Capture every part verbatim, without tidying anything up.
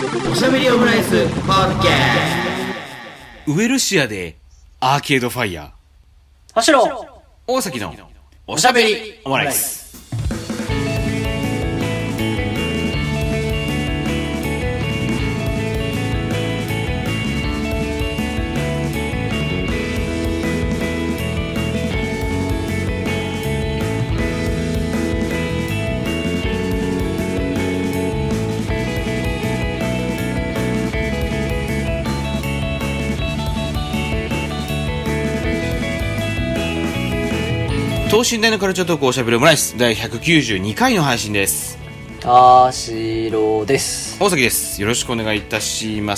おしゃべりオムライスポッドキャスト。ウエルシアでアーケードファイヤー。 走ろう大崎のおしゃべりオムライス。等身大のカルチャートークおしゃべりオムライスだいひゃくきゅうじゅうにかいの配信です。 あしろです。 大崎です。よろしくお願いいたします。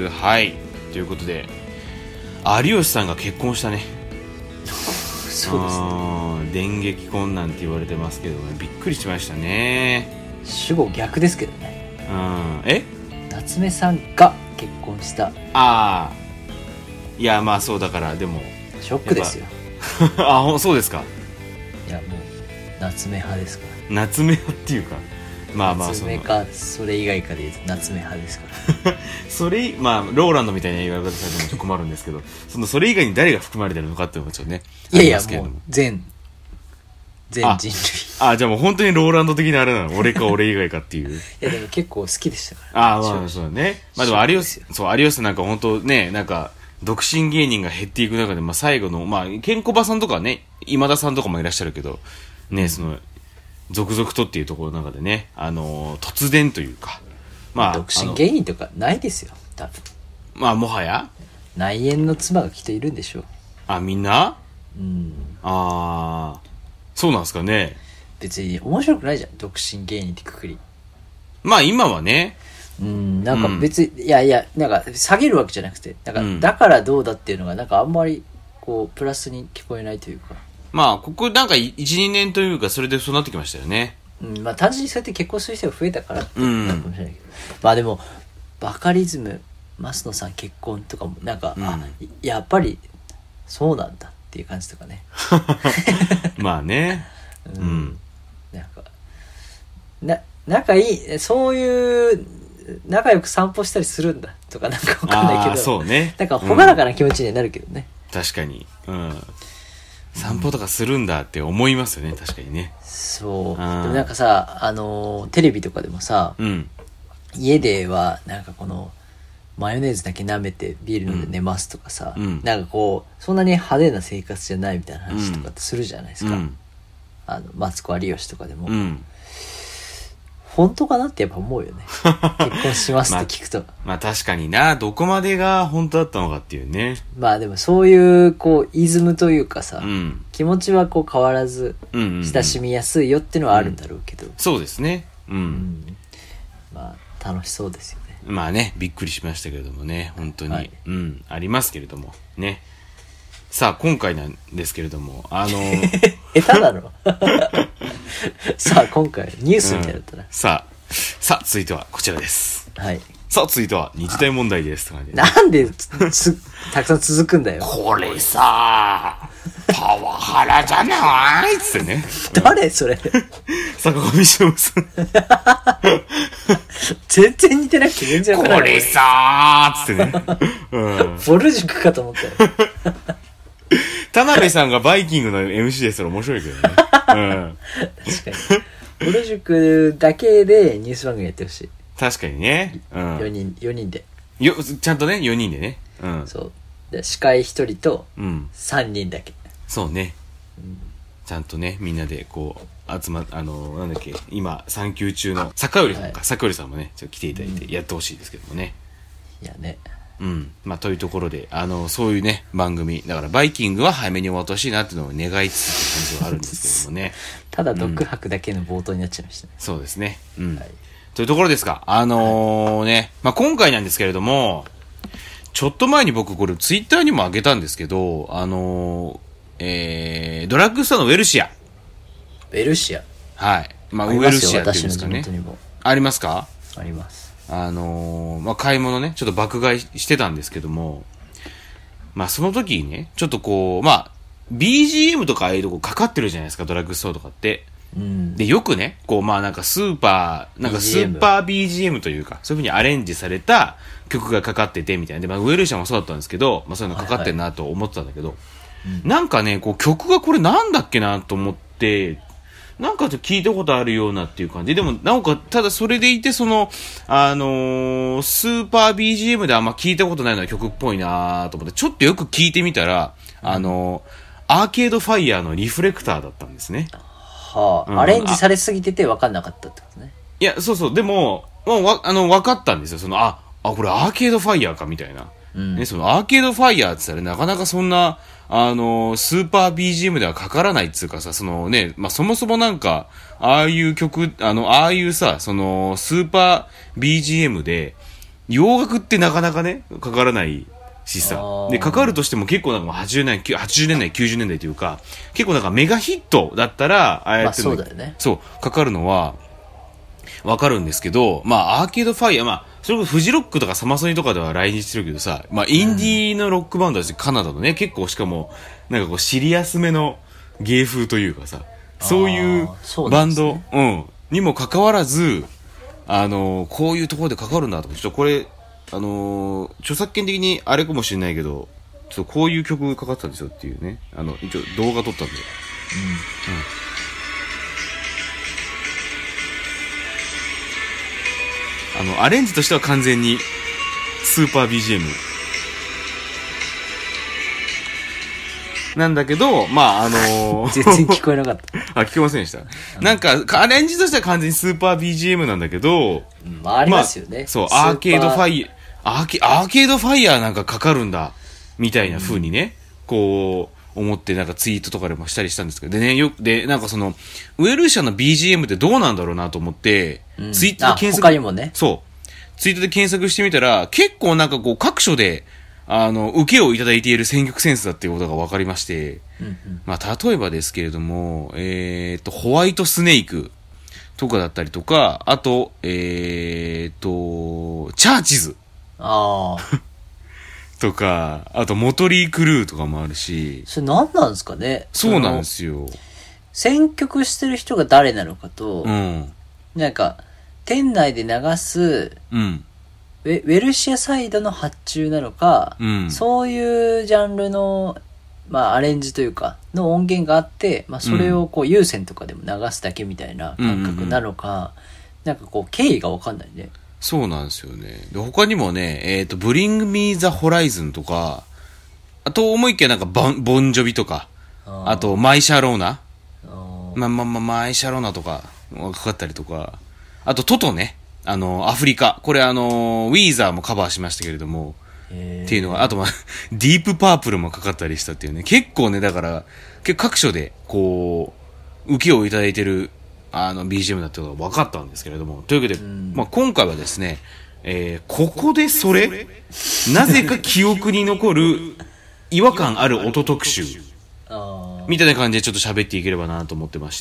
はい、ということで有吉さんが結婚したね。 そうですね。 電撃婚なんて言われてますけどね、びっくりしましたね。 主語逆ですけどね。 うん、え夏目さんが結婚した。 ああ、いやまあそうだから、でもショックですよ。 あ、そうですか。 いやもう夏目派ですから。 夏目派っていうか、まあまあ夏目かそれ以外かで言うと夏目派ですからそれ、まあローランドみたいな言われ方されてもちょっと困るんですけどそのそれ以外に誰が含まれてるのかっていうのもちょっとね。 いやいやもう全全人類。 ああ、じゃあもう本当にローランド的なあれなの、俺か俺以外かっていう。 いやでも結構好きでしたから。 ああ、まあそうだね。まあでも有吉、そう有吉なんか本当ね、なんか独身芸人が減っていく中で、まあ最後のまあケンコバさんとかね、今田さんとかもいらっしゃるけどね、その続々とっていうところの中でね、あのー、突然というか、まあ独身芸人とかないですよ多分。 まあもはや内縁の妻がきっといるんでしょう。 あ、みんな、 うん、 ああ、そうなんですかね。 別に面白くないじゃん独身芸人ってくくり。 まあ今はね、 うん、なんか別に、うん、いやいやなんか下げるわけじゃなくて、なんか、うん、だからどうだっていうのがなんかあんまりこうプラスに聞こえないというか。 まあここなんか いち,に 年というかそれでそうなってきましたよね。 うん、まあ単純にそうやって結婚する人が増えたからってなるかもしれないけど、うん、まあでもバカリズム増野さん結婚とかもなんか、うん、あやっぱりそうなんだっていう感じとかね。 まあね、 うん、うん、なんかな仲いい、そういう仲良く散歩したりするんだとかなんかわかんないけど、 そうね、 なんか朗らかな気持ちになるけどね、 うん、確かに、うん、散歩とかするんだって思いますよね、確かにね。 そう。でもなんかさ、あのー、テレビとかでもさ、うん、家ではなんかこのマヨネーズだけ舐めてビール飲んで寝ますとかさ、うん、なんかこうそんなに派手な生活じゃないみたいな話とかってするじゃないですか、うん、あのマツコ有吉とかでも、うん、本当かなってやっぱ思うよね。結婚しますって聞くと。 まあ、まあ確かにな、どこまでが本当だったのかっていうね。 まあでもそういうこうイズムというかさ、うん、気持ちはこう変わらず親しみやすいよっていうのはあるんだろうけど、うん、 そうですね、うん、うん、 まあ楽しそうですよね。 まあね、びっくりしましたけれどもね、本当に、はい、うん、ありますけれどもね。さあ今回なんですけれども、あの下手だろ。さあ今回ニュースみたいだったな、うん、 さあさあ続いてはこちらです。 はい。 さあ続いては日大問題ですとかね。 なんでつたくさん続くんだよ。 これさパワハラじゃないっつってね。 誰それ。 坂上忍さん。 全然似てなくて全然わからない。 これさーっつってね、 うん、ボル塾かと思ったよ。 田辺さんがバイキングの エムシー ですら面白いけどね、うん、確かにボル塾だけでニュース番組やってほしい。 確かにね、うん、 よにんよにんでよ、ちゃんとねよにんでね、うん、 そうで司会ひとりとさんにんだけ、 うん、そうね、うん、ちゃんとねみんなでこう集まあのなんだっけ今産休中の坂寄さんか、はい、坂寄さんもねちょっと来ていただいてやってほしいですけどもね、 うん、いやね、 うん、まあというところであのそういうね番組だからバイキングは早めに終わってほしいなっていうのを願いつつって感じはあるんですけどもね。 ただ独白だけの冒頭になっちゃいましたね、 うん、そうですね、うん、はい、というところですか。あのー、ね、まあ今回なんですけれども、ちょっと前に僕これツイッターにも上げたんですけど、あのー、えー、ドラッグストアのウェルシア。 ウェルシア、 はい、まあウェルシアっていうんですかね。ありますか？ あります。 あのー、まあ買い物ねちょっと爆買いしてたんですけども、まあその時にねちょっとこうまあ ビージーエム とかああいうとこかかってるじゃないですか、ドラッグストアとかって、 うん、 で、よくね、こう、まあなんかスーパー、なんかスーパー ビージーエム というか、そういう風にアレンジされた曲がかかっててみたいな。で、まあウェルシャもそうだったんですけど、まあそういうのかかってんなと思ってたんだけど、はいはい、なんかね、こう曲がこれなんだっけなと思って、なんか聞いたことあるようなっていう感じ。でも、なんか、ただそれでいて、その、あのー、スーパー ビージーエム であんま聞いたことないような曲っぽいなと思って、ちょっとよく聞いてみたら、うん、あのー、アーケードファイヤーのリフレクターだったんですね。 はあ、うん、アレンジされすぎてて分かんなかったってことね。 いや、そうそう、でも、もうわ、あの、分かったんですよ。その、あ、あ、これアーケードファイヤーか、みたいな。うん、ね、そのアーケードファイヤーって言ったら、なかなかそんな、あの、スーパー ビージーエム ではかからないっつうかさ、そのね、まあ、そもそもなんか、ああいう曲、あの、ああいうさ、その、スーパー ビージーエム で、洋楽ってなかなかね、かからないしさ、で、かかるとしても結構なんかはちじゅうねんだい、はちじゅうねんだい、きゅうじゅうねんだいというか、結構なんかメガヒットだったら、ああやって、 まあ、そうだよね。 そう、かかるのは、わかるんですけど、まあ、アーケードファイヤー、まあ、それこそフジロックとかサマソニとかでは来日してるけどさ、まあ、インディーのロックバンドだし、カナダのね、結構しかも、なんかこう、シリアスめの芸風というかさ、そういうバンド、うね、うん、にもかかわらず、あのー、こういうところでかかるんだと。ちょっとこれ、あのー、著作権的にあれかもしれないけど、ちょっとこういう曲かかってたんですよっていうね、あの、一応動画撮ったんで。うん。うん。あの、アレンジとしては完全にスーパー ビージーエム なんだけど、まあ、あのー、 全然聞こえなかった。 あ、聞こえませんでした。なんか、アレンジとしては完全にスーパー ビージーエム なんだけど、 うん、まあ、ありますよね。まあ、 そう、アーケードファイヤー、アーケ、アーケードファイヤーなんかかかるんだ、みたいな風にね、うん、こう、思ってなんかツイートとかでもしたりしたんですけど、でね、よ、で、なんかその、ウェルシャの ビージーエム ってどうなんだろうなと思って、 うん、 ツイッターで検索、 他にもね。 そう。ツイートで検索してみたら、結構なんかこう各所で、あの、受けをいただいている選曲センスだっていうことが分かりまして、うんうん、まあ、例えばですけれども、えーと、ホワイトスネークとかだったりとか、あと、えーと、チャーチズ。 ああ。 とか、あと、モトリークルーとかもあるし。 それ何なんですかね。 そうなんですよ。 選曲してる人が誰なのかと、 うん、 なんか、店内で流す、 うん、 ウェ、ウェルシアサイドの発注なのか、 うん、 そういうジャンルの、まあ、アレンジというか、の音源があって、まあ、それをこう、有線とかでも流すだけみたいな感覚なのか、うんうんうん、なんかこう、経緯がわかんないね。 そうなんですよね。で、他にもね、えっと、Bring Me the Horizon とか、あと思いきやなんかボン、ボンジョビとか、あ, あと、マイシャローナ、まあまあまあ、マイシャローナとか、かかったりとか、あと、トトね、あの、アフリカ。これあの、ウィーザーもカバーしましたけれども、っていうのが、あとまあ、ディープパープルもかかったりしたっていうね、結構ね、だから、結構各所で、こう、受けをいただいてる、あの、ビージーエム だってことが分かったんですけれども、というわけで、まあ今回はですね、えー、ここでそれ、なぜか記憶に残る違和感ある音特集、みたいな感じでちょっと喋っていければなと思ってまして、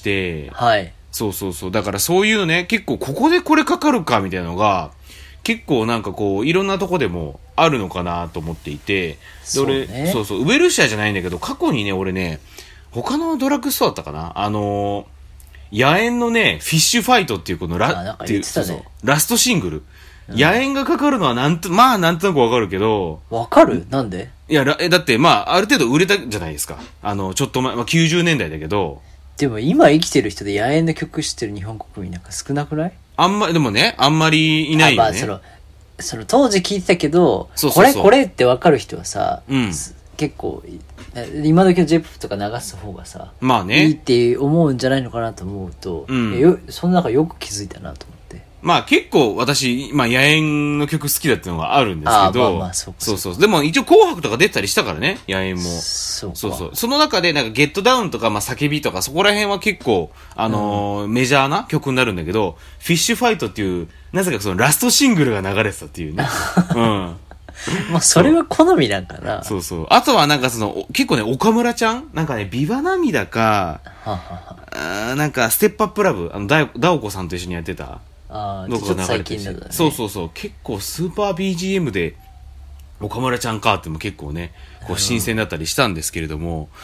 はい。 そうそうそう。だからそういうのね、結構ここでこれかかるかみたいなのが、結構なんかこう、いろんなとこでもあるのかなと思っていて、で、俺、そうね、そうそう、ウェルシアじゃないんだけど、過去にね、俺ね、他のドラッグストアだったかな、あのー、野猿のね、フィッシュファイトっていうこのラ、っていう、そうそう、ラストシングル。うん、野猿がかかるのはなんと、まあなんとなくわかるけど。 わかる？なんで？ いや、え、だってまあ、ある程度売れたじゃないですか。あの、ちょっと前、まあきゅうじゅうねんだいだけど。 でも今生きてる人で野猿の曲知ってる日本国民なんか少なくない？ あんまり、でもね、あんまりいないよね。まあ、 その、その当時聞いてたけど、そうそうそう、これこれってわかる人はさ、うん、結構、今時の ジェイポップ とか流す方がさ、 まあね、 いいって思うんじゃないのかなと思うと、うん、よその中よく気づいたなと思って。 まあ結構私、まあ野猿の曲好きだっていうのがあるんですけど、 ああまあまあそうそうそう。でも一応紅白とか出たりしたからね、野猿も。 そうか。 そうそう。その中でなんかゲットダウンとか、まあ叫びとか、そこら辺は結構、あのーうん、メジャーな曲になるんだけど、フィッシュファイトっていう、なぜかそのラストシングルが流れてたっていうね。うん。 まあそれは好みなんかな。 そうそう。あとはなんかその、結構ね、岡村ちゃんなんかね、ビバ涙か、 はははあなんかステップアップラブ、あの、ダオコさんと一緒にやってた。 ああ、ちょっと最近だね。 そうそうそう。結構スーパー ビージーエム で岡村ちゃんかっても結構ね、こう新鮮だったりしたんですけれども、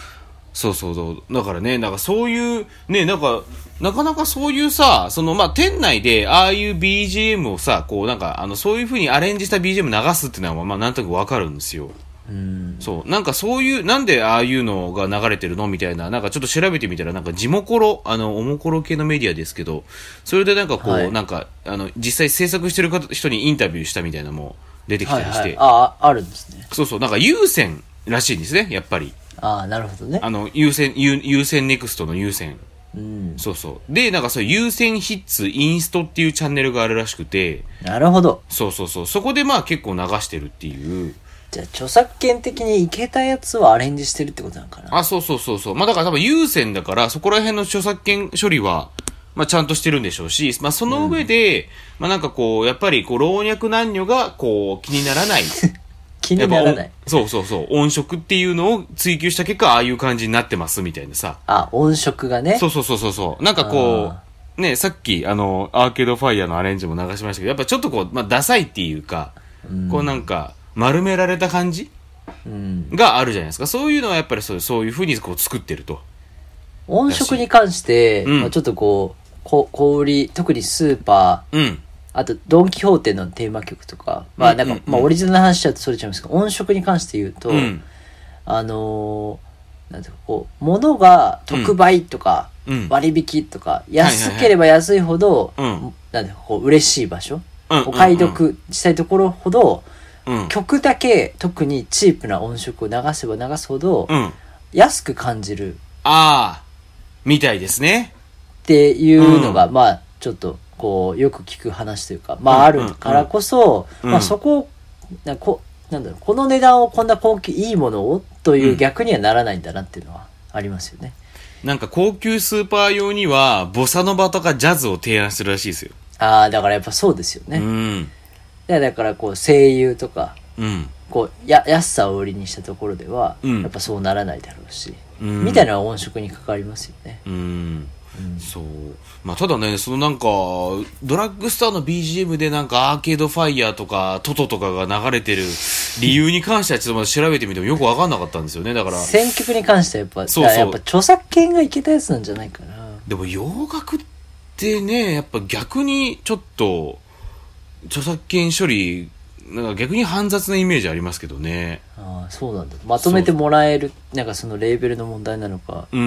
そうそうそう。だからね、なんかそういう、ね、なんか、なかなかそういうさ、その、まあ、店内で、ああいう ビージーエム をさ、こう、なんか、あの、そういう風にアレンジした ビージーエム 流すっていうのは、まあ、なんとなくわかるんですよ。 うん。 そう。なんかそういう、なんでああいうのが流れてるのみたいな、なんかちょっと調べてみたら、なんか地モコロ、あの、おもころ系のメディアですけど、それでなんかこう、はい、なんか、あの、実際制作してる人にインタビューしたみたいなのも出てきたりして。はいはい、 ああ、あるんですね。 そうそう。なんか優先らしいんですね、やっぱり。 ああ、なるほどね。 あの、優先、優優先ネクストの優先。 うん。 そうそう。で、なんかそういう優先ヒッツインストっていうチャンネルがあるらしくて。 なるほど。 そうそうそう。そこでまあ結構流してるっていう。 じゃあ著作権的にいけたやつをアレンジしてるってことなのかな。 あ、そうそうそうそう。まあだから多分優先だから、そこら辺の著作権処理は、まあちゃんとしてるんでしょうし、まあその上で、うん、まあなんかこう、やっぱりこう、老若男女がこう、気にならない。 気にならない。 そうそうそう。音色っていうのを追求した結果、ああいう感じになってますみたいなさ。 あ、音色がね。 そうそうそうそうそう。なんかこう、ね、さっき、あの、アーケードファイヤーのアレンジも流しましたけど、やっぱちょっとこう、まあダサいっていうか、うん、こうなんか、丸められた感じ、うん、があるじゃないですか。そういうのはやっぱりそう、そういう風にこう作ってると。 音色に関して、うんまあ、ちょっとこう、こ小売り、特にスーパー、うんあと、ドンキホーテのテーマ曲とか、まあなんか、うんうんうん、まあオリジナルの話しちゃうとそれちゃいますけど、音色に関して言うと、うん、あのー、なんていうか、こう、物が特売とか、うん、割引とか、安ければ安いほど、はいはいはい、なんていうか、こう、嬉しい場所、うん、お買い得したいところほど、うん、曲だけ特にチープな音色を流せば流すほど、うん、安く感じる。 ああ、みたいですね。 っていうのが、うん、まあ、ちょっと、こうよく聞く話というか、まああるからこそ、うんうん、まあそこを、なこなんだろう、この値段をこんな高級、いいものをという逆にはならないんだなっていうのはありますよね。 なんか高級スーパー用には、ボサノバとかジャズを提案してるらしいですよ。 ああ、だからやっぱそうですよね。うん。でだからこう声優とか、うん、こうや安さを売りにしたところでは、うん、やっぱそうならないだろうし、うん、みたいな音色に関わりますよね。 うんうん、そう。まあ、ただね、そのなんか、ドラッグストアの ビージーエム でなんかアーケードファイヤーとかトトとかが流れてる理由に関してはちょっとまだ調べてみてもよくわかんなかったんですよね。だから。 選曲に関してはやっぱ、そうそうやっぱ著作権がいけたやつなんじゃないかな。 でも洋楽ってね、やっぱ逆にちょっと、著作権処理、なんか逆に煩雑なイメージありますけどね。 ああ、そうなんだ。まとめてもらえる、なんかそのレーベルの問題なのか。 うん。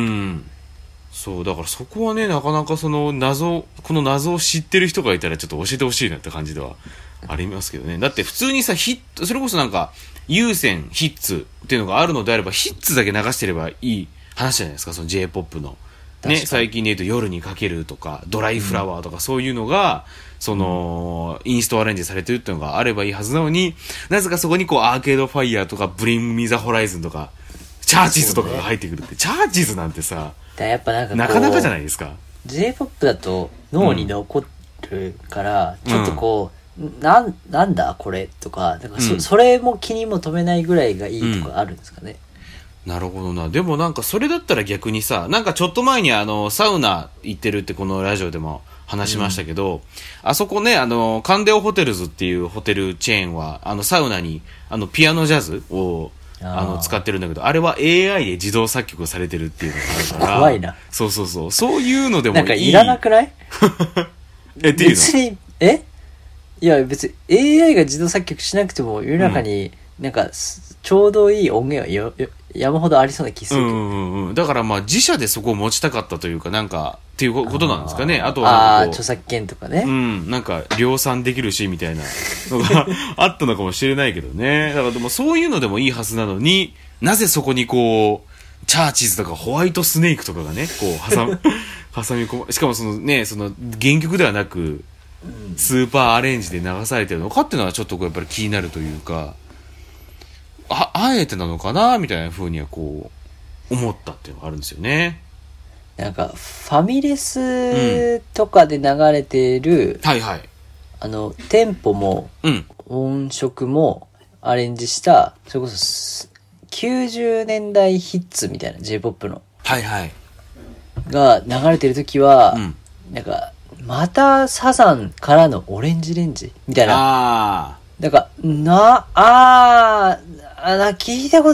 そう、だからそこはね、なかなかその謎、この謎を知ってる人がいたらちょっと教えてほしいなって感じではありますけどね。だって普通にさ、ヒット、それこそなんか、優先、ヒッツっていうのがあるのであれば、ヒッツだけ流してればいい話じゃないですか、その J-ポップ の。ね、最近で言うと夜にかけるとか、ドライフラワーとかそういうのが、うん、その、インストアレンジされてるっていうのがあればいいはずなのに、なぜかそこにこう、アーケードファイヤーとか、ブリンミザホライズンとか、チャーチーズとかが入ってくるって、ね、チャーチーズなんてさ、 やっぱなんかなかなかじゃないですか。 J-ポップ だと脳に残るから、うん、ちょっとこう、なん、なんだこれとか、なんか そ,、うん、それも気にも留めないぐらいがいいとかあるんですかね。 うん、なるほどな。でもなんかそれだったら逆にさ、なんかちょっと前にあの、サウナ行ってるってこのラジオでも話しましたけど、うん、あそこね、あの、カンデオホテルズっていうホテルチェーンは、あの、サウナに、あの、ピアノジャズを、あの使ってるんだけど、あれは エーアイ で自動作曲されてるっていうのがあるから。 怖いな。 そうそうそう。そういうのでもいい。 なんかいらなくないえ、っていうの別に、えいや別に エーアイ が自動作曲しなくても世の中になんかちょうどいい音源はよよ山ほどありそうな気するけど、 うんうんうん、だからまあ自社でそこを持ちたかったというかなんかっていうことなんですかね。あとはああ著作権とかね、 うんなんか量産できるしみたいなのがあったのかもしれないけどね。だからでもそういうのでもいいはずなのになぜそこにこうチャーチーズとかホワイトスネークとかがねこう挟む挟み込むしかもそのねその原曲ではなくスーパーアレンジで流されてるのかっていうのはちょっとこうやっぱり気になるというか。あ、あえてなのかなみたいな風にはこう思ったっていうのがあるんですよね。 なんかファミレスとかで流れている、 うん、はいはいあのテンポも、うん、音色もアレンジしたそれこそきゅうじゅうねんだいヒッツみたいな J-ポップ のはいはいが流れてる時は、うん、なんかまたサザンからのオレンジレンジみたいなあなんかなあーあ聞いたことある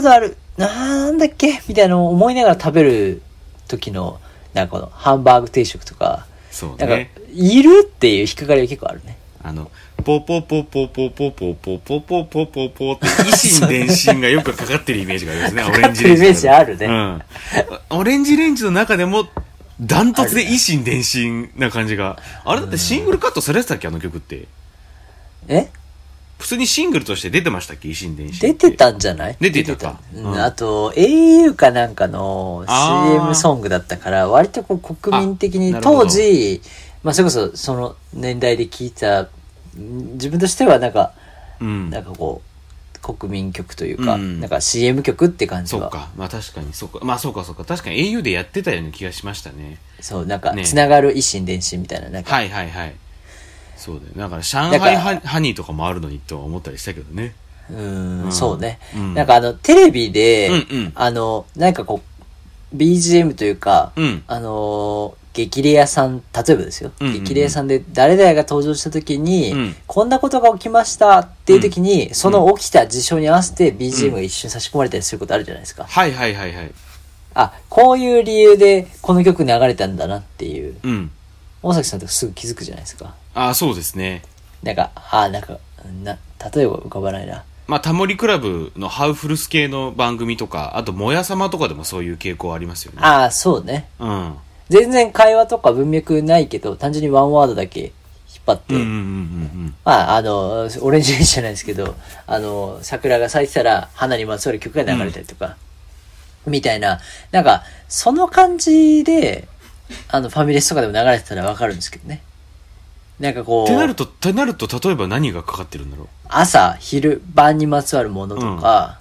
なんだっけみたいなのを思いながら食べる時の、なんかこのハンバーグ定食とか、 そうね。 なんか、いるっていう引っかかりが結構あるね。 あの、ポポポポポポポポポポポポポって維心伝心がよくかかってるイメージがありますね、オレンジレンジ。 イメージあるね。 うん。オレンジレンジの中でも、ダントツで維心伝心な感じが。あれだってシングルカットされてたっけ、あの曲って。 え普通にシングルとして出てましたっけ、維心伝心。 出てたんじゃない？ 出てたか。 うん、あと、エーユー かなんかの シーエム ソングだったから、割とこう国民的に当時、まあそれこそその年代で聴いた、自分としてはなんか、うん、なんかこう、国民曲というか、うん、なんか シーエム 曲って感じは。 そうか。まあ確かに、そうか。まあそうかそうか。確かに エーユー でやってたような気がしましたね。 そう、なんか、つながる維心伝心みたいな。なんかはいはいはい。そうだよ。だから上海ハニーとかもあるのにとは思ったりしたけどね。 うーん、うん、そうね、うん。なんかあの、テレビで、うんうん、あの、なんかこう、ビージーエム というか、うん、あの、激レアさん、例えばですよ、うんうんうん。激レアさんで誰々が登場した時に、うん、こんなことが起きましたっていう時に、うん、その起きた事象に合わせて ビージーエム が一瞬差し込まれたりすることあるじゃないですか。 うん、はいはいはいはい。 あ、こういう理由でこの曲流れたんだなっていう。うん。大崎さんとかすぐ気づくじゃないですか。 ああ、そうですね。 なんか、ああ、なんか、な、例えば浮かばないな。 まあ、タモリクラブのハウフルス系の番組とか、あと、もやさまとかでもそういう傾向ありますよね。 ああ、そうね。 うん。 全然会話とか文脈ないけど、単純にワンワードだけ引っ張って。うんうんうんうん。まあ、あの、オレンジレンジじゃないですけど、あの、桜が咲いてたら、花にまつわる曲が流れたりとか、うん、みたいな、なんか、その感じで、あの、ファミレスとかでも流れてたらわかるんですけどね。なんかこう。 ってなると、ってなると、例えば何がかかってるんだろう。 朝、昼、晩にまつわるものとか、うん、あ,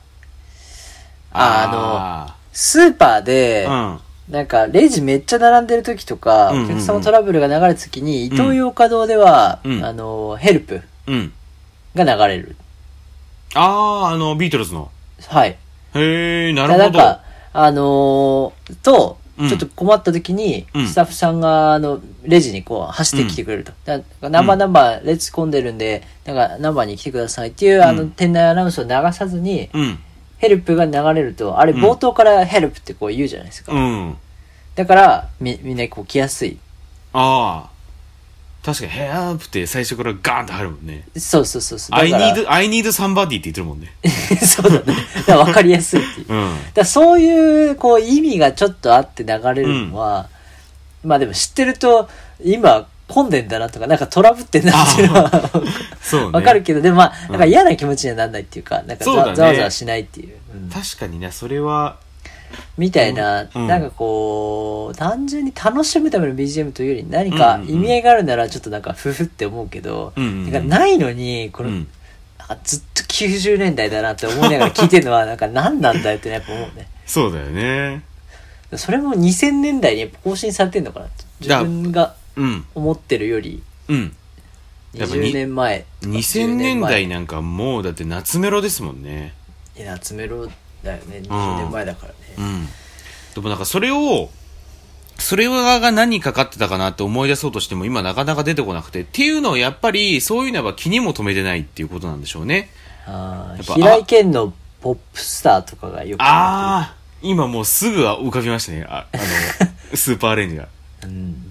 あの、スーパーで、うん、なんか、レジめっちゃ並んでる時とか、うんうんうん、お客様トラブルが流れた時に、イトーヨーカドーでは、うん、あの、ヘルプが流れる。 うん、ああ、あの、ビートルズの。 はい。 へえ、なるほど。 なんか、あのー、と、ちょっと困った時に、うん、スタッフさんが、あの、レジにこう、走ってきてくれると。うん、だナンバーナンバー、列込んでるんで、なんか、ナンバーに来てくださいっていう、うん、あの、店内アナウンスを流さずに、うん、ヘルプが流れると、あれ、冒頭からヘルプってこう言うじゃないですか。うん、だから、み、みんなこう来やすい。 ああ。確かに、ヘルプって最初からガーンって入るもんね。 そうそうそうそう。 I need, I need somebody って言ってるもんね。 そうだね。だから分かりやすいっていう。うん、だからそういう、こう、意味がちょっとあって流れるのは、うん、まあでも知ってると、今、混んでんだなとか、なんかトラブってんなっていうのは、そうね。分かるけど、でもまあ、なんか嫌な気持ちにはならないっていうか、なんかざ、ね、ざわざわしないっていう。 うん、確かにね、それは、 みたいな、うん、なんかこう、単純に楽しむための ビージーエム というより何か意味合いがあるならちょっとなんかふふって思うけど、うんうん、なんかないのに、この、うん、ずっときゅうじゅうねんだいだなって思いながら聞いてるのはなんか何なんだよってやっぱ思うね。 そうだよね。 それもにせんねんだいにやっぱ更新されてんのかな、自分が思ってるより。うん。にじゅうねんまえ。 にせんねんだいなんかもうだって夏メロですもんね。 いや、夏メロだよね。にじゅうねんまえだからね。 うん。でもなんかそれを、それが何かかってたかなって思い出そうとしても今なかなか出てこなくて。っていうのをやっぱりそういうのは気にも留めてないっていうことなんでしょうね。 ああ、平井堅のポップスターとかがよく。 ああ、今もうすぐ浮かびましたね。あ, あの、スーパーレンジが。うん。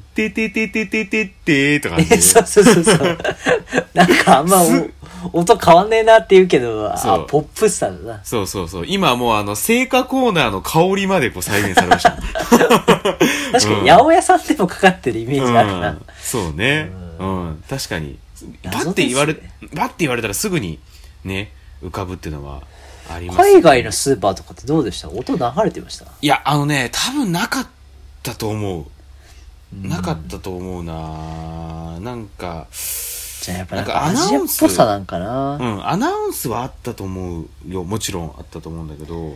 てててててててとか、ね。 そうそうそうそう。なんかあんま音変わんねえなって言うけど、あ、ポップスターだな。 そうそうそう。今もうあの、製菓コーナーの香りまでこう再現されました。 確かに、八百屋さんでもかかってるイメージあるな。 うん、そうね、うん。うん。確かに。バッて言われ、バッて言われたらすぐにね、浮かぶっていうのはあります、ね。 海外のスーパーとかってどうでした？音流れてました？ いや、あのね、多分なかったと思う。なかったと思うな。なんか、 じゃあやっぱなんかアジアっぽさなんかな。 うん、アナウンスはあったと思うよ。もちろんあったと思うんだけど、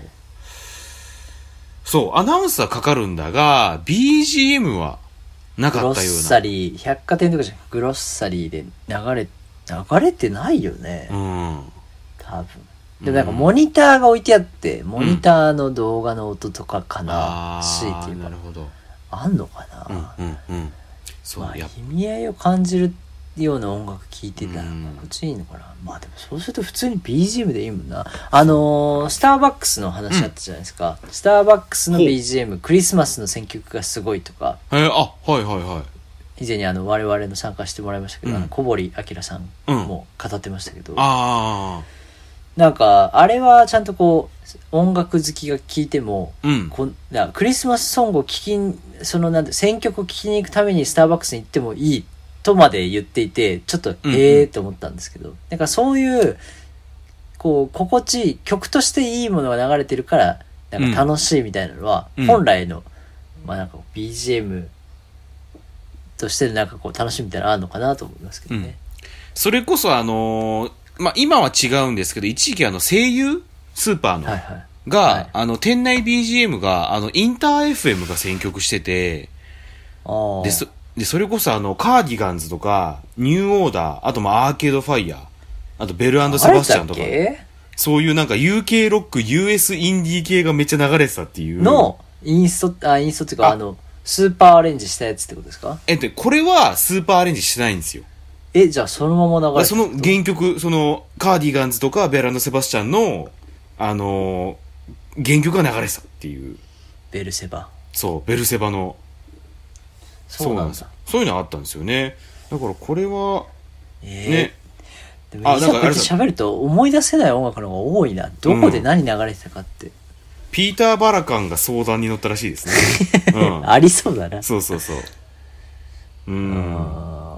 そう、アナウンスはかかるんだが、ビージーエム はなかったような。 グロッサリー、百貨店とかじゃグロッサリーで流れ、流れてないよね。うん。多分。でもなんかモニターが置いてあって、うん、モニターの動画の音とかかな、強いて言えば。 なるほど。 あんのかな。 うんうんうん。そう、 まあ、意味合いを感じるような音楽聴いてたら心地いいのかな。まあでもそうすると普通に ビージーエム でいいもんな。あのー、スターバックスの話あったじゃないですか、うん、スターバックスの ビージーエム クリスマスの選曲がすごいとか、 えー、あはいはいはい以前にあの我々の参加してもらいましたけど、うん、あの小堀明さんも語ってましたけど、うん、 あなんかあれはちゃんとこう音楽好きが聴いても、うん、こなクリスマスソングを聴きそのなんて選曲を聴きに行くためにスターバックスに行ってもいいとまで言っていて、ちょっとへえーと思ったんですけど、うんうん、なんかそういうこう心地いい曲としていいものが流れてるからなんか楽しいみたいなのは、うん、本来のまあなんか ビージーエム としてなんかこう楽しみみたいなのあるのかなと思いますけどね、うん、 それこそあのー、まあ今は違うんですけど、一時期あの声優スーパーの、はいはい、が、はい、あの店内 ビージーエム があのインター エフエム が選曲してて、あでそでそれこそあのカーディガンズとかニューオーダー、あとまあアーケードファイヤー、あとベル&セバスチャンとか、そういうなんか ユーケー ロック ユーエス インディー系がめっちゃ流れてたっていうのインストあインストっていうかあのスーパーアレンジしたやつってことですか？ えっとこれはスーパーアレンジしてないんですよ。 えじゃあそのまま流れてその原曲、そのカーディガンズとかベル&セバスチャンのあのー、原曲が流れてたっていう。 ベルセバ、 そうベルセバのそうなんだ。 そうそういうのあったんですよね。だからこれは、えー、ね。 でもいざこうやって喋ると思い出せない音楽の方が多いな。どこで何流れてたかって。うん、 ピーター・バラカンが相談に乗ったらしいですね。うん、 ありそうだな。 そうそうそう。うん。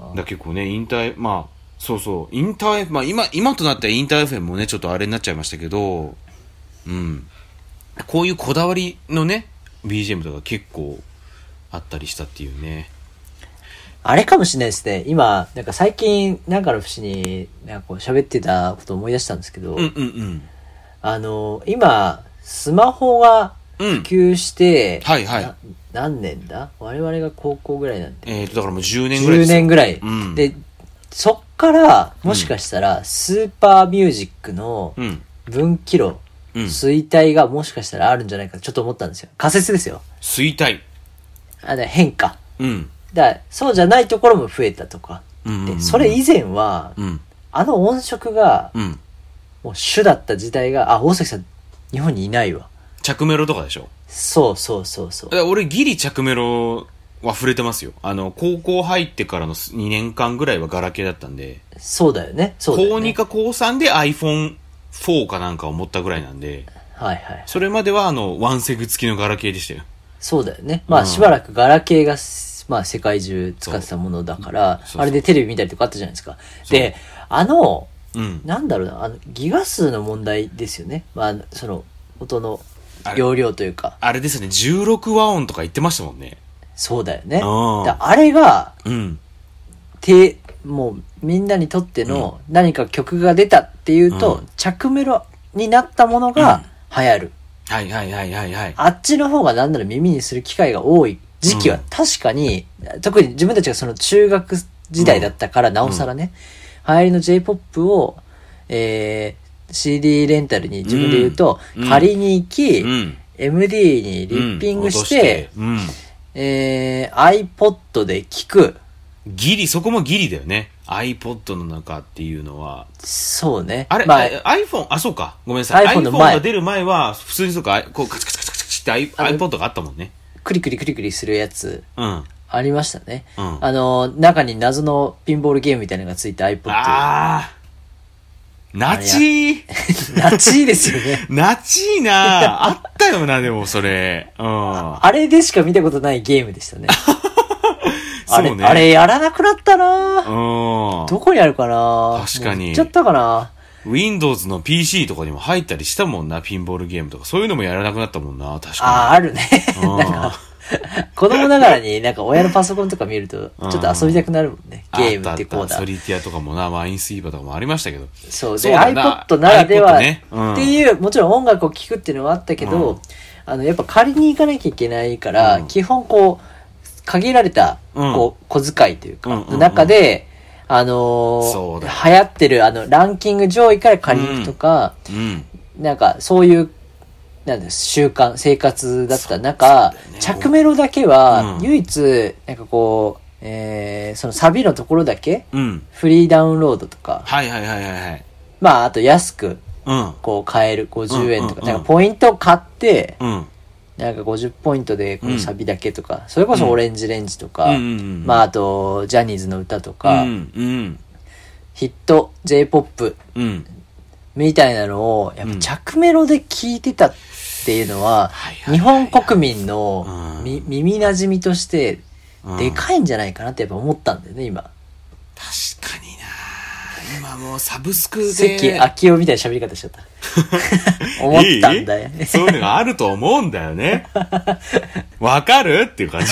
だ結構ね、インター、まあ、そうそう、インター、まあ今、今となってはインター エフエム もね、ちょっとあれになっちゃいましたけど、うん。こういうこだわりのね、ビージーエム とか結構あったりしたっていうね。 あれかもしれないですね。今、なんか最近、なんかの節に、なんかこう喋ってたことを思い出したんですけど、 うんうんうん。 あの、今、スマホが普及して、 うん、はいはい。 何年だ？我々が高校ぐらいなんで。 えーと、だからもうじゅうねんぐらいですよ。じゅうねんぐらい。うん、で、そっから、もしかしたら、スーパーミュージックの分岐路、うん、衰退がもしかしたらあるんじゃないかとちょっと思ったんですよ。仮説ですよ。 衰退。 あ、だ変化。 うん。 だからそうじゃないところも増えたとか、うんうんうん、でそれ以前は、うん、あの音色が、うん、もう主だった時代が、あ、大崎さん日本にいないわ。 着メロとかでしょ。 そうそうそうそう。 俺ギリ着メロは触れてますよ。あの高校入ってからのにねんかんぐらいはガラケーだったんで。 そうだよね。そうだよね。 高にか高さんで アイフォンフォー かなんかを持ったぐらいなんで。 はいはい。 それまではあのワンセグ付きのガラケーでしたよ。 そうだよね。まあ、うん、しばらくガラケーがまあ世界中使ってたものだから、あれでテレビ見たりとかあったじゃないですか。で、あの、うん、なんだろうな、あの、ギガ数の問題ですよね。まあ、その、音の容量というか。 あれ、あれですよね、じゅうろく和音とか言ってましたもんね。 そうだよね。だあれが、うん、て、もうみんなにとっての何か曲が出たっていうと、うん、着メロになったものが流行る。 うん、はいはいはいはいはい。 あっちの方がなんなら耳にする機会が多い時期は確かに、うん、特に自分たちがその中学時代だったからなおさらね、うん、流行りの J-ポップ を、えー、シーディー レンタルに自分で言うと、うん、借りに行き、うん、エムディー にリッピングして、うん、えー、iPod で聴く。 ギリ、そこもギリだよね。iPod の中っていうのは。 そうね。 あれ、まあ、iPhone、あ、そうか。ごめんなさい。iPhone の iPhone が出る前は、普通にそうか、こうカチカチカチカチって iPod があったもんね。 クリクリクリクリするやつ。 うん。 ありましたね。うん。あの、中に謎のピンボールゲームみたいなのがついた iPod。 あー。ナチーナチーですよね。 ナチーなあったよな、でもそれ。うん。 あれでしか見たことないゲームでしたね。あれ、 そうね、 あれやらなくなったなぁ。うん。 どこにあるかな確かに。 行っちゃったかな Windows の ピーシー とかにも入ったりしたもんな、ピンボールゲームとか。そういうのもやらなくなったもんな、確かに。 ああ、あるね。なんか、子供ながらになんか親のパソコンとか見ると、ちょっと遊びたくなるもんね。ゲームってこうだ。 ソリティアとかもな、マインスイーバーとかもありましたけど。 そうで、iPod ならではっていう、もちろん音楽を聴くっていうのはあったけど、あの、やっぱ借りに行かなきゃいけないから、基本こう、限られた、こう、小遣いというか、の中で、あのー、流行ってる、あの、ランキング上位から借りに行くとか、なんか、そういう、なんです、習慣、生活だった中、ね、着メロだけは、唯一、なんかこう、 えー、そのサビのところだけ、 うん、 フリーダウンロードとか、 はいはいはいはいはい。 まああと安く、 うん、 こう買えるごじゅうえんとか、 うんうんうん、 なんかポイントを買って、 うん、 なんかごじゅうポイントでこのサビだけとか、うん、それこそオレンジレンジとか、 うんうんうん、 まああとジャニーズの歌とか、 うんうん、 ヒット J-ポップ、 うん、 みたいなのをやっぱ着メロで聴いてたっていうのは、うん、日本国民の、うん、み耳馴染みとしてでかいんじゃないかなってやっぱ思ったんだよね今。 確かにな。今もうサブスクで関明夫みたいな喋り方しちゃった思ったんだよいいそういうのがあると思うんだよね。わかるっていう感じ。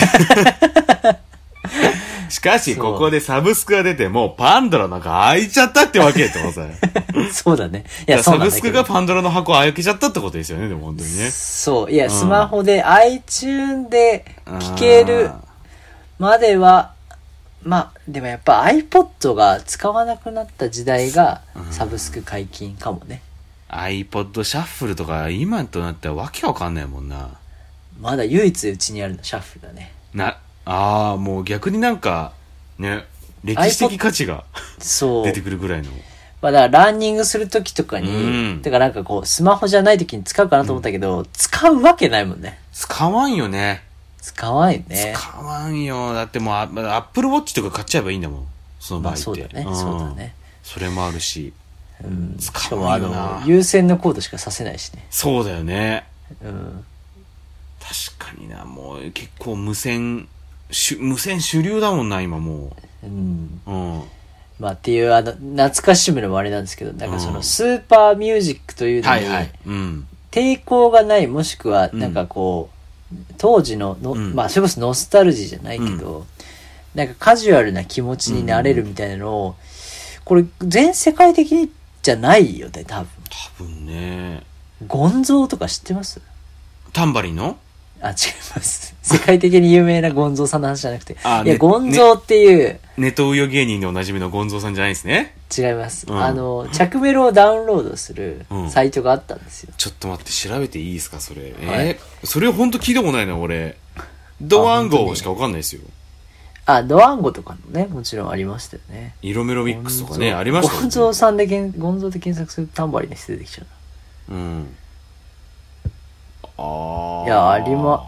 しかしここでサブスクが出てもうパンドラなんか開いちゃったってわけってことだよ。 そうだね。 いやサブスクがパンドラの箱開けちゃったってことですよね。でも本当にね。 そういや、うん、スマホで iTunes で聴けるまではまあでもやっぱ iPod が使わなくなった時代がサブスク解禁かもね。 うん、iPod シャッフルとか今となってはわけわかんないもんな。 まだ唯一うちにあるのシャッフルだね。 なああもう逆になんかね歴史的価値が出てくるぐらいの。 まあだからランニングするときとかに、うん、だからなんかこうスマホじゃないときに使うかなと思ったけど、うん、使うわけないもんね。 使わんよね。 使わんよね。 使わんよ。だってもうアップルウォッチとか買っちゃえばいいんだもん。その場合って。 まあ、そうだね、うん。そうだね。 それもあるし。 うん。しかもあの有線のコードしかさせないしね。 そうだよね。 うん。 確かにな。もう結構無線無線主流だもんな今もう。うん。 うん。 まあっていうあの懐かしむのもあれなんですけど、なんかそのスーパーミュージックというのに、はいはい、うん、抵抗がないもしくはなんかこう。うん当時のの、うん、まあそれこそノスタルジーじゃないけど、うん、なんかカジュアルな気持ちになれるみたいなのを、うん、これ全世界的じゃないよね多分。 多分ね。 ゴンゾーとか知ってます？ タンバリンの？ あ、違います。世界的に有名なゴンゾーさんの話じゃなくて。 あいや、ね、ゴンゾーっていう。 ネトウヨ芸人でおなじみのゴンゾーさんじゃないですね。 違います。うん、あの、着メロをダウンロードするサイトがあったんですよ。うん、 ちょっと待って、調べていいですか、それ。えー、それほんと聞いたことないな、俺。ドワンゴしかわかんないですよ。 あ、ドワンゴとかもね、もちろんありましたよね。 色メロミックスとかね、ありましたよね。 ゴンゾーさんでけん、ゴンゾーで検索するとタンバリンで出てきちゃう。 うん。ああ。 いや、ありま、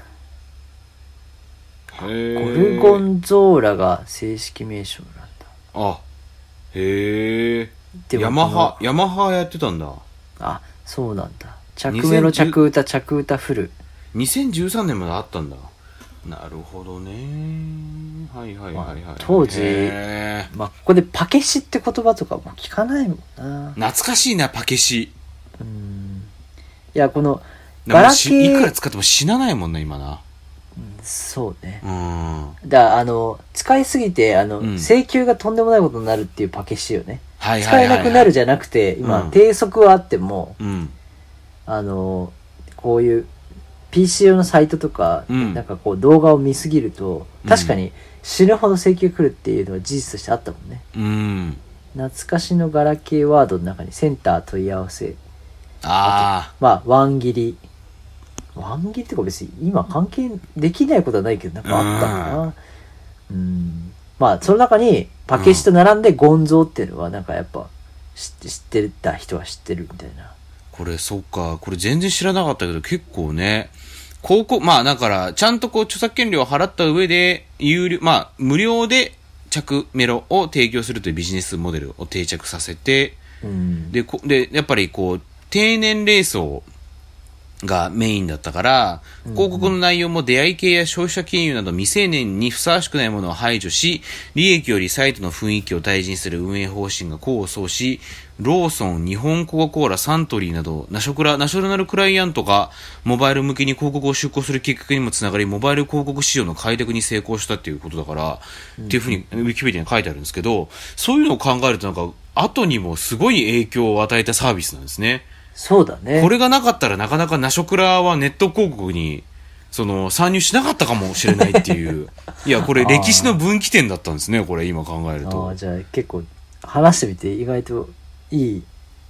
ゴルゴンゾーラが正式名称なんだ。 あ、へえ。ヤマハ、ヤマハやってたんだ。 あ、そうなんだ。着メロ、着歌、着歌フル。 にせんじゅうさんねんまであったんだ。なるほどね。はいはいはいはい。まあ、 当時、まあ、ここでパケシって言葉とかも聞かないもんな。 懐かしいな、パケシ。 うん。いや、この、 ガラケー。いくら使っても死なないもんな、今な。 そうね。 うん。 だあの、使いすぎて、あの、うん、請求がとんでもないことになるっていうパケシよね。 はいはいはい、はい。 使えなくなるじゃなくて、今、うん、低速はあっても、 うん、 あの、こういう ピーシー 用のサイトとか、うん、なんかこう動画を見すぎると、確かに死ぬほど請求来るっていうのは事実としてあったもんね。 うん。 懐かしのガラケーワードの中にセンター問い合わせ。 ああ。 まあ、ワン切り。ワン切りってか別に今関係できないことはないけどなんかあったかな。うん。うんまあその中にパケシと並んでゴンゾーっていうのはなんかやっぱ知って知ってた人は知ってるみたいな。 これそっかこれ全然知らなかったけど結構ね広告まあだからちゃんとこう著作権料を払った上で有料まあ無料で着メロを提供するというビジネスモデルを定着させて、 うん、 でこでやっぱりこう低年齢層がメインだったから、広告の内容も出会い系や消費者金融など未成年にふさわしくないものを排除し、利益よりサイトの雰囲気を大事にする運営方針が功を奏し、ローソン、日本コカ・コーラ、サントリーなど、ナショクラ、ナショナルクライアントがモバイル向けに広告を出稿するきっかけにもつながり、モバイル広告市場の開拓に成功したっていうことだから、うん、っていうふうにウィキペディアに書いてあるんですけど、そういうのを考えるとなんか、後にもすごい影響を与えたサービスなんですね。 そうだね。 これがなかったらなかなかナショクラはネット広告にその参入しなかったかもしれないっていういやこれ歴史の分岐点だったんですねこれ今考えると。 あじゃあ結構話してみて意外といい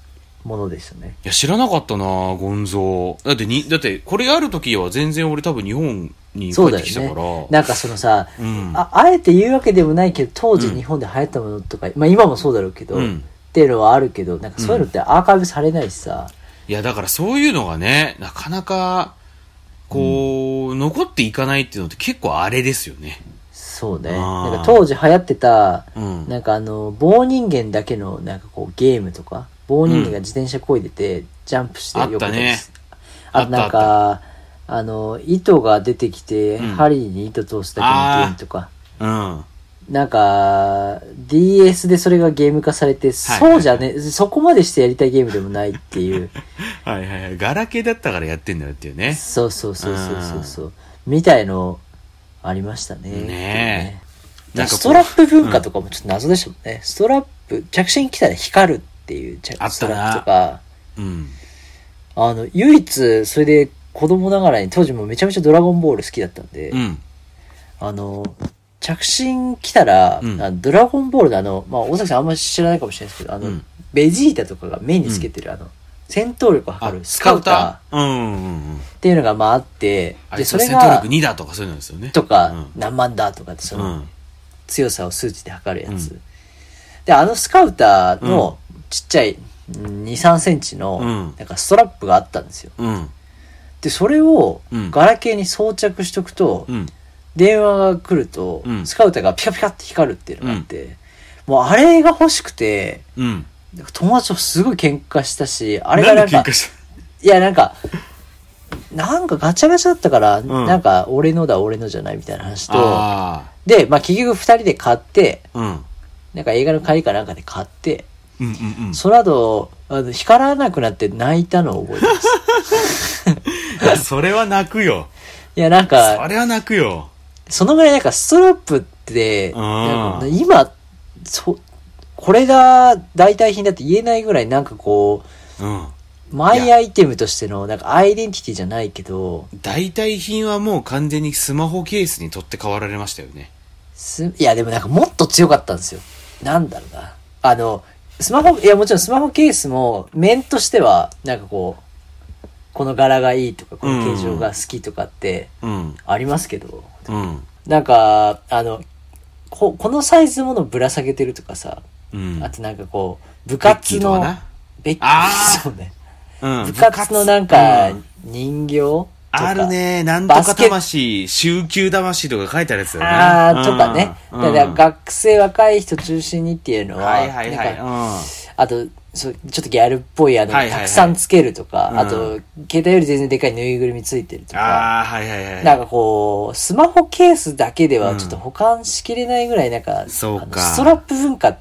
ものでしたね。 いや、知らなかったなゴンゾー。だってに、だってこれある時は全然俺多分日本に帰ってきたから。 ね、なんかそのさ、 うん、 あ、あえて言うわけでもないけど、当時日本で流行ったものとか、うん、まあ今もそうだろうけど、うん、っていうのはあるけど、なんかそういうのってアーカイブされないしさ。 うん、いや、だからそういうのがね、なかなか、こう、うん、残っていかないっていうのって結構あれですよね。 そうね。なんか当時流行ってた、うん、なんかあの、棒人間だけのなんかこうゲームとか、棒人間が自転車漕いでて、うん、ジャンプしてよくたね。 あとなんか、あの、糸が出てきて、うん、針に糸通すだけのゲームとか。 うん。 なんか、ディーエス でそれがゲーム化されて、はいはいはい、そうじゃね、そこまでしてやりたいゲームでもないっていう。 はいはいはい。ガラケーだったからやってんだよっていうね。 そうそうそうそうそうそう。みたいの、ありましたね。 ねえ。なんかストラップ文化とかもちょっと謎でしたもんね。うん、ストラップ、着信来たら光るっていうストラップとか。 うん。 あの、唯一、それで子供ながらに当時もめちゃめちゃドラゴンボール好きだったんで、 うん、 あの、着信来たら、うん、あのドラゴンボールのあの、まあ、大崎さんあんまり知らないかもしれないですけど、あの、うん、ベジータとかが目につけてる、うん、あの、戦闘力を測るスカウターっていうのがまああって、 で、それが戦闘力にだとかそういうのですよね。 とか、うん、何万だとかってその、強さを数値で測るやつ。うん、で、あのスカウターのちっちゃいに、さんセンチの、なんかストラップがあったんですよ。 うん、 で、それをガラケーに装着しとくと、うん、電話が来ると、うん、スカウターがピカピカって光るっていうのがあって、うん、もうあれが欲しくて、 うん友達とすごい喧嘩したし、あれがなんか、いやなんか、なんかガチャガチャだったから、うん、なんか俺のだ俺のじゃないみたいな話と、で、まあ結局二人で買って、 うん、 なんか映画の帰りかなんかで買って、 うんうんうん、 その後、あの光らなくなって泣いたのを覚えてます。 いや、それは泣くよ。 いやなんか、 それは泣くよ。 そのぐらいなんかストラップって、なんか今、そ、これが代替品だって言えないぐらいなんかこう、うん、 マイアイテムとしてのなんかアイデンティティじゃないけど、 代替品はもう完全にスマホケースに取って代わられましたよね。 すいやでもなんかもっと強かったんですよ。なんだろうな。あの、スマホ、いやもちろんスマホケースも面としてはなんかこう、この柄がいいとか、この形状が好きとかってありますけど、 うんうん、 なんか、あの、こ、このサイズのものをぶら下げてるとかさ、 うん、 あとなんかこう、部活の、ベッキーそうね、 うん。 部活のなんか、人形、うん、 あるね、なんとか魂、週休魂とか書いてあるやつよね。 あー、とかね。うん、だから学生若い人中心にっていうのは、 はいはいはい。 うん、あと、そうちょっとギャルっぽいあの、はいはいはい、たくさんつけるとか、うん、あと、携帯より全然でかいぬいぐるみついてるとか、 あはいはいはい、 なんかこう、スマホケースだけではちょっと保管しきれないぐらいなんか、うん、 そうかストラップ文化って、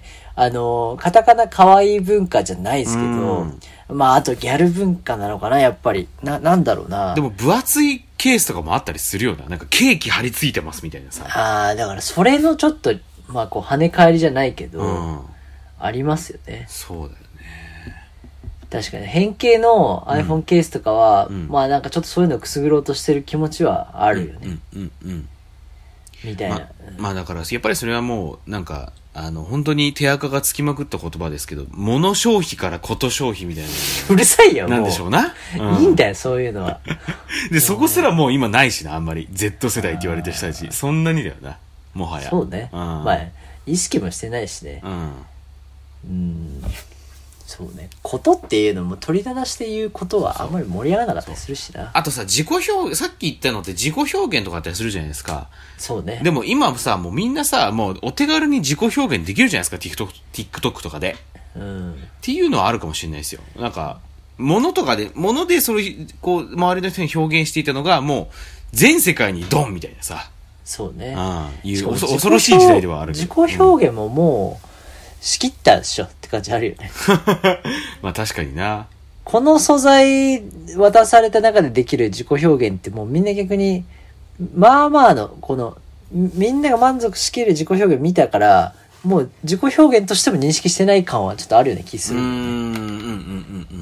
あの、カタカナ可愛い文化じゃないですけど、うん、まああとギャル文化なのかな、やっぱり。な、なんだろうな。 でも分厚いケースとかもあったりするよな。なんかケーキ貼り付いてますみたいなさ。 ああ、だからそれのちょっと、まあこう跳ね返りじゃないけど、うん、ありますよね。 そうだよね。 確かに変形の iPhone ケースとかは、うん、まあなんかちょっとそういうのをくすぐろうとしてる気持ちはあるよね。 うんうんうんうん。 みたいな。 ま, まあだからやっぱりそれはもうなんかあの本当に手垢がつきまくった言葉ですけど、物消費からこと消費みたいな。 うるさいよ。 なんでしょうな。 うん、いいんだよそういうのは。 でそこすらもう今ないしな、あんまり Z 世代って言われてる人たちそんなにだよな、もはや。 そうね。うん、まあ意識もしてないしね。 うん。 うんそうね。ことっていうのも取り立たして言うことはあんまり盛り上がらなかったりするしな。 あとさ、自己表、さっき言ったのって自己表現とかあったりするじゃないですか。 そうね。 でも今さ、もうみんなさ、もうお手軽に自己表現できるじゃないですか、TikTok、TikTok とかで。 うん。 っていうのはあるかもしれないですよ。なんか、物とかで、物でそれ、こう、周りの人に表現していたのが、もう、全世界にドンみたいなさ。 そうね。 ああ、いう恐ろしい時代ではあるけど。自己表現ももう、仕切ったでしょって感じあるよね。 まあ確かにな。 この素材渡された中でできる自己表現ってもうみんな逆に、まあまあの、この、みんなが満足しきる自己表現見たから、もう自己表現としても認識してない感はちょっとあるような気する、 ね。うーん、うん、うん、うん。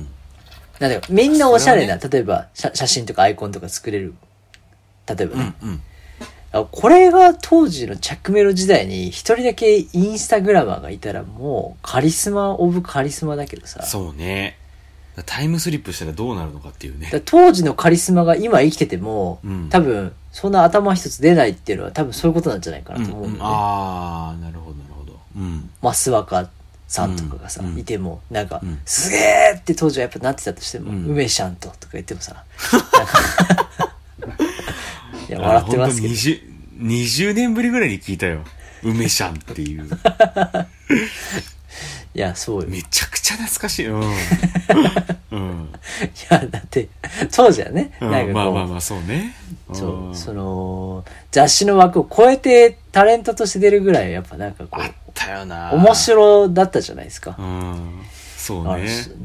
なんだかみんなおしゃれな、ね、例えば写真とかアイコンとか作れる。例えばね。 うんうん、 これが当時のチャックメロ時代に一人だけインスタグラマーがいたらもうカリスマオブカリスマだけどさ。 そうね。タイムスリップしたらどうなるのかっていうね。 当時のカリスマが今生きてても、うん、多分そんな頭一つ出ないっていうのは多分そういうことなんじゃないかなと思うんだよね。 うんうん、ああ、なるほどなるほど。うん。 増若さんとかがさ、うん、いてもなんか、うん、すげえって当時はやっぱなってたとしても、うん、梅シャンととか言ってもさ。いや笑ってますけど。にじゅう、 にじゅうねんぶりぐらいに聞いたよ。梅シャンっていう。 いや、そうよ。 めちゃくちゃ懐かしい。うん。うん、 いや、だって、当時はね、 うん、なんかまあまあまあ、そうね。 そう、その、雑誌の枠を超えてタレントとして出るぐらい、やっぱなんかこう、 あったよな。 面白だったじゃないですか。 うん。そうね。 うん、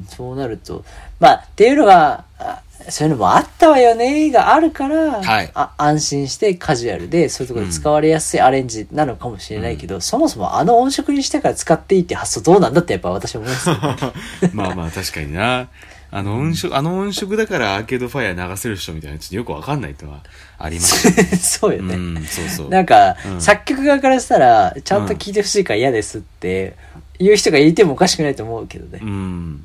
そうなると、まあ、っていうのが、そういうのもあったわよねがあるから、 はい、 あ安心してカジュアルでそういうところで使われやすいアレンジなのかもしれないけど、うん、そもそもあの音色にしてから使っていいって発想どうなんだってやっぱ私は思います、ね、 まあまあ確かにな。あの音色、あの音色だからアーケードファイア流せる人みたいなちょっとよくわかんないってのはありますね。 そうよね。 うん、そうそう。 なんか、うん、作曲側からしたらちゃんと聴いてほしいから嫌ですって言う人がいてもおかしくないと思うけどね。 うん。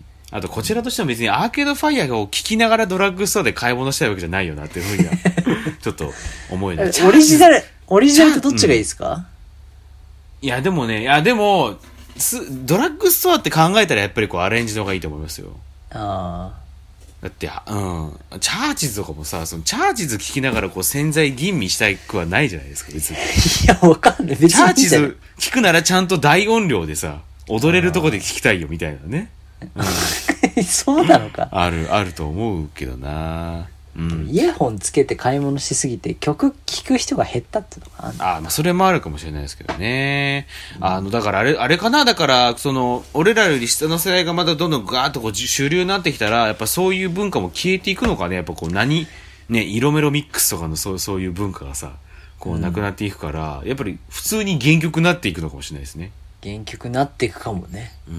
あとこちらとしては別にアーケードファイアを聴きながらドラッグストアで買い物したいわけじゃないよなっていうふうにはちょっと思えない。 オリジナルオリジナルってどっちがいいですか？ うん、いやでもね、いやでもドラッグストアって考えたらやっぱりこうアレンジの方がいいと思いますよ。 ああ。 だってうんチャーチズとかもさ、そのチャーチズ聴きながらこう洗剤吟味したいくはないじゃないですか別に。 いやわかんない。別にチャーチズ聴くならちゃんと大音量でさ踊れるとこで聴きたいよみたいなね。 うん、そうなのか。 あるあると思うけどな。うん、 イヤホンつけて買い物しすぎて曲聴く人が減ったっていうのかな。 あ、まあそれもあるかもしれないですけどね。うん、あのだからあれあれかな、だからその俺らより下の世代がまだどんどんガーッとこう主流になってきたらやっぱそういう文化も消えていくのかね。やっぱこう何ね色メロミックスとかのそうそういう文化がさこうなくなっていくから、うん、やっぱり普通に原曲になっていくのかもしれないですね。 原曲になっていくかもね。 うん。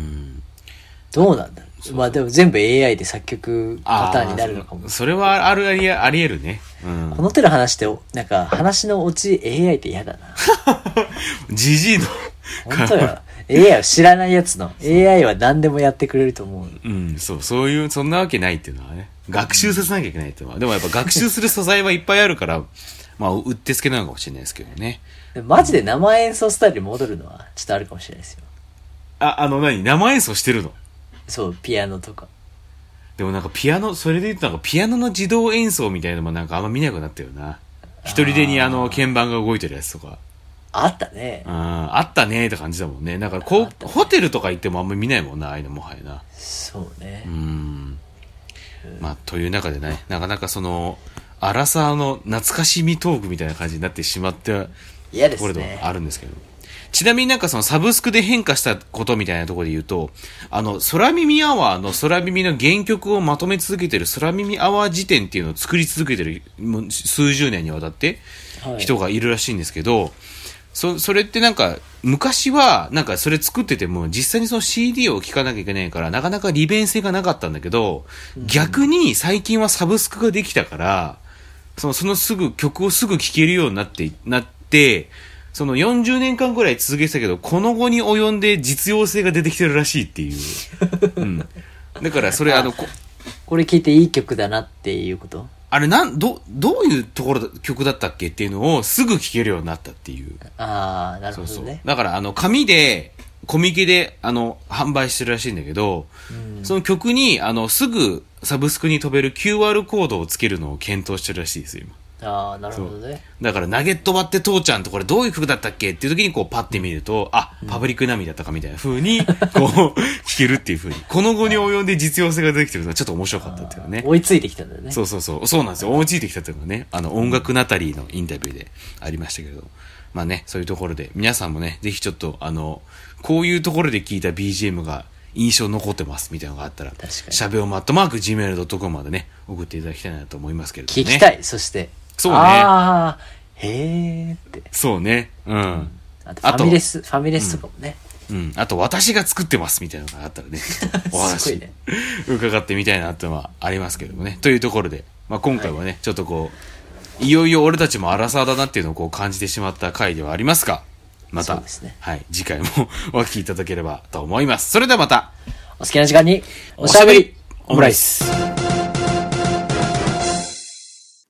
どうなんだろう。まあでも全部 エーアイ で作曲パターンになるのかも。 そ, それはあるありあり得るね、うん、 この手の話ってなんか話のオチ エーアイ って嫌だな。 ジジイの本当よ。エーアイ を知らないやつの エーアイ は何でもやってくれると思う。 うん、そうそういうそんなわけないっていうのはね、学習させなきゃいけないっていうのは、でもやっぱ学習する素材はいっぱいあるからまあうってつけなのかもしれないですけどね。 マジで生演奏スタイルに戻るのはちょっとあるかもしれないですよ。 あ、あの何生演奏してるの？ そう、ピアノとか。 でもなんかピアノ、それで言うとなんかピアノの自動演奏みたいなのもなんかあんま見なくなったよな。一人でにあの鍵盤が動いてるやつとか。 あったね。 うん、あったねって感じだもんね。なんかこう、ね、ホテルとか行ってもあんま見ないもんな、ああいうのもはやな。 そうね。 うん。まあ、という中でね、なかなかその、アラサーの懐かしみトークみたいな感じになってしまって嫌ですね。 ところではあるんですけど。ちなみになんかそのサブスクで変化したことみたいなところで言うと、あの、空耳アワーの空耳の原曲をまとめ続けてる空耳アワー辞典っていうのを作り続けてる、もう数十年にわたって人がいるらしいんですけど、はい、そ、それってなんか、昔はなんかそれ作ってても実際にその シーディー を聴かなきゃいけないからなかなか利便性がなかったんだけど、うん、逆に最近はサブスクができたから、その、そのすぐ曲をすぐ聴けるようになって、なって、そのよんじゅうねんかんぐらい続けてたけど、この後に及んで実用性が出てきてるらしいっていう。うん。だからそれあのこ、 これ聴いていい曲だなっていうこと？ あれなん、ど、どういうところだ、曲だったっけっていうのをすぐ聴けるようになったっていう。 ああ、なるほどね。 そうそう。だからあの、紙で、コミケであの、販売してるらしいんだけど、うん、その曲にあの、すぐサブスクに飛べる キューアール コードをつけるのを検討してるらしいですよ、今。 ああ、なるほどね。 だから、ナゲットバって父ちゃんとこれどういう曲だったっけっていう時にこうパッて見ると、あ、パブリックナミだったかみたいな風に、こう、聴けるっていう風に。この後に及んで実用性が出てきてるのはちょっと面白かったっていうね。 追いついてきたんだよね。 そうそうそう。そうなんですよ。追いついてきたっていうのがね、あの、音楽ナタリーのインタビューでありましたけれど。まあね、そういうところで、皆さんもね、ぜひちょっと、あの、こういうところで聴いた ビージーエム が印象残ってますみたいなのがあったら、しゃべおまアットマーク ジーメールドットコム までね、送っていただきたいなと思いますけれどもね。 聞きたい。そして。 そうね。 ああ、へーって。 そうね。うん。うん、 あと、ファミレス、ファミレスとかもね。 うん。うん、あと、私が作ってますみたいなのがあったらね、お話、ね、伺ってみたいなってのはありますけれどもね。というところで、まあ、今回はね、はい、ちょっとこう、 いよいよ俺たちもアラサーだなっていうのをこう感じてしまった回ではありますが、また、 そうですね、 はい、次回もお聞きいただければと思います。それではまた、 お好きな時間に、おしゃべりオムライス。